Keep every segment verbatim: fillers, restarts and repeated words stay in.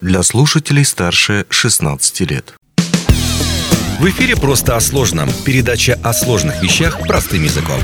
для слушателей старше шестнадцати лет. В эфире «Просто о сложном». Передача о сложных вещах простым языком.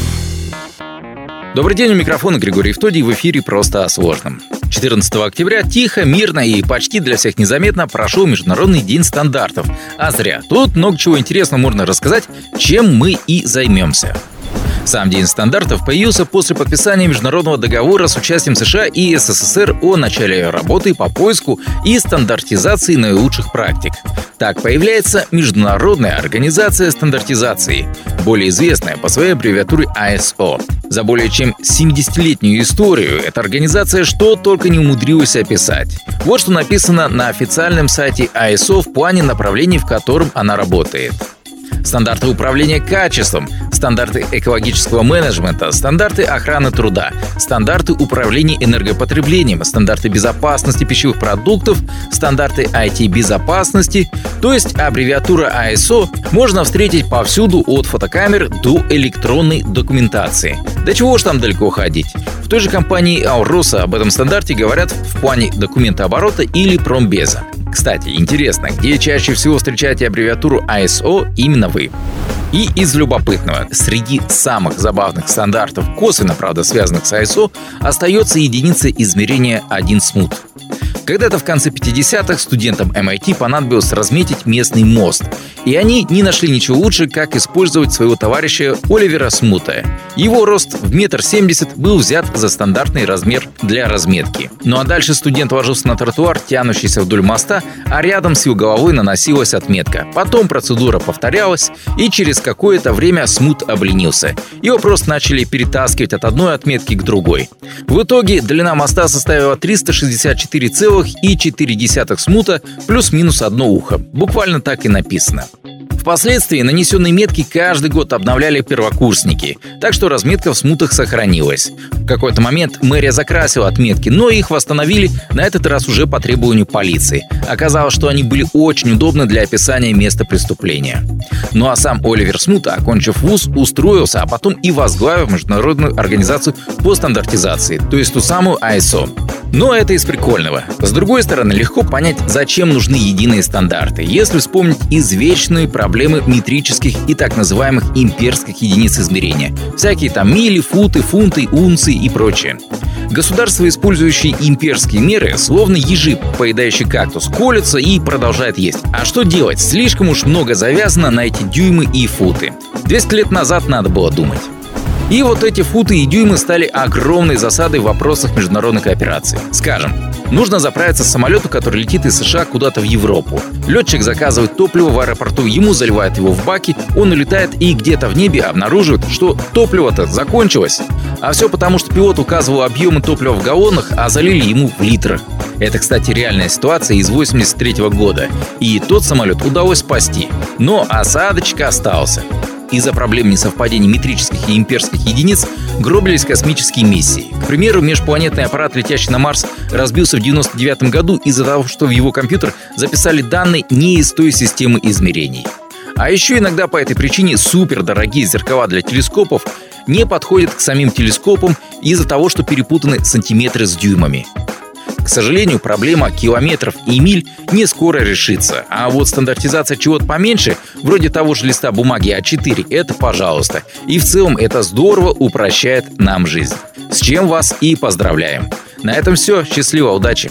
Добрый день, у микрофона Григорий Евтодий, в эфире «Просто о сложном». четырнадцатого октября тихо, мирно и почти для всех незаметно прошел Международный день стандартов. А зря. Тут много чего интересного можно рассказать, чем мы и займемся. Сам День стандартов появился после подписания международного договора с участием США и СССР о начале работы по поиску и стандартизации наилучших практик. Так появляется Международная организация стандартизации, более известная по своей аббревиатуре ай эс о. За более чем семидесятилетнюю историю эта организация что только не умудрилась описать. Вот что написано на официальном сайте ай эс о в плане направлений, в котором она работает. Стандарты управления качеством, стандарты экологического менеджмента, стандарты охраны труда, стандарты управления энергопотреблением, стандарты безопасности пищевых продуктов, стандарты ай ти-безопасности, то есть аббревиатура ай эс о можно встретить повсюду от фотокамер до электронной документации. Да чего уж там далеко ходить. В той же компании Alrosa об этом стандарте говорят в плане документооборота или промбеза. Кстати, интересно, где чаще всего встречаете аббревиатуру ай эс о именно вы? И из любопытного, среди самых забавных стандартов, косвенно, правда, связанных с ай эс о, остается единица измерения один смут. Когда-то в конце пятидесятых студентам эм ай ти понадобилось разметить местный мост, и они не нашли ничего лучше, как использовать своего товарища Оливера Смута. Его рост в метр семьдесят был взят за стандартный размер для разметки. Ну а дальше студент ложился на тротуар, тянущийся вдоль моста, а рядом с его головой наносилась отметка. Потом процедура повторялась, и через какое-то время Смут обленился. Его просто начали перетаскивать от одной отметки к другой. В итоге длина моста составила триста шестьдесят четыре целых четыре десятых смута плюс-минус одно ухо. Буквально так и написано. Впоследствии нанесенные метки каждый год обновляли первокурсники, так что разметка в смутах сохранилась. В какой-то момент мэрия закрасила отметки, но их восстановили на этот раз уже по требованию полиции. Оказалось, что они были очень удобны для описания места преступления. Ну а сам Оливер Смут, окончив вуз, устроился, а потом и возглавил Международную организацию по стандартизации, то есть ту самую ай эс о. Но это из прикольного. С другой стороны, легко понять, зачем нужны единые стандарты, если вспомнить извечные проблемы метрических и так называемых имперских единиц измерения. Всякие там мили, футы, фунты, унции и прочее. Государства, использующие имперские меры, словно ежи, поедающий кактус, колются и продолжают есть. А что делать? Слишком уж много завязано на эти дюймы и футы. двести лет назад надо было думать. И вот эти футы и дюймы стали огромной засадой в вопросах международной кооперации. Скажем, нужно заправиться самолету, который летит из США куда-то в Европу. Летчик заказывает топливо в аэропорту, ему заливают его в баки, он улетает и где-то в небе обнаруживает, что топливо-то закончилось. А все потому, что пилот указывал объемы топлива в галлонах, а залили ему в литрах. Это, кстати, реальная ситуация из восемьдесят третьего года. И тот самолет удалось спасти. Но осадочек остался. Из-за проблем несовпадений метрических и имперских единиц гробились космические миссии. К примеру, межпланетный аппарат, летящий на Марс, разбился в девяносто девятом году из-за того, что в его компьютер записали данные не из той системы измерений. А еще иногда по этой причине супердорогие зеркала для телескопов не подходят к самим телескопам из-за того, что перепутаны сантиметры с дюймами. К сожалению, проблема километров и миль не скоро решится. А вот стандартизация чего-то поменьше, вроде того же листа бумаги а четыре, это пожалуйста. И в целом это здорово упрощает нам жизнь. С чем вас и поздравляем. На этом все. Счастливо, удачи.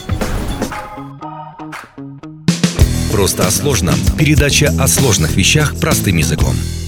Просто о сложном. Передача о сложных вещах простым языком.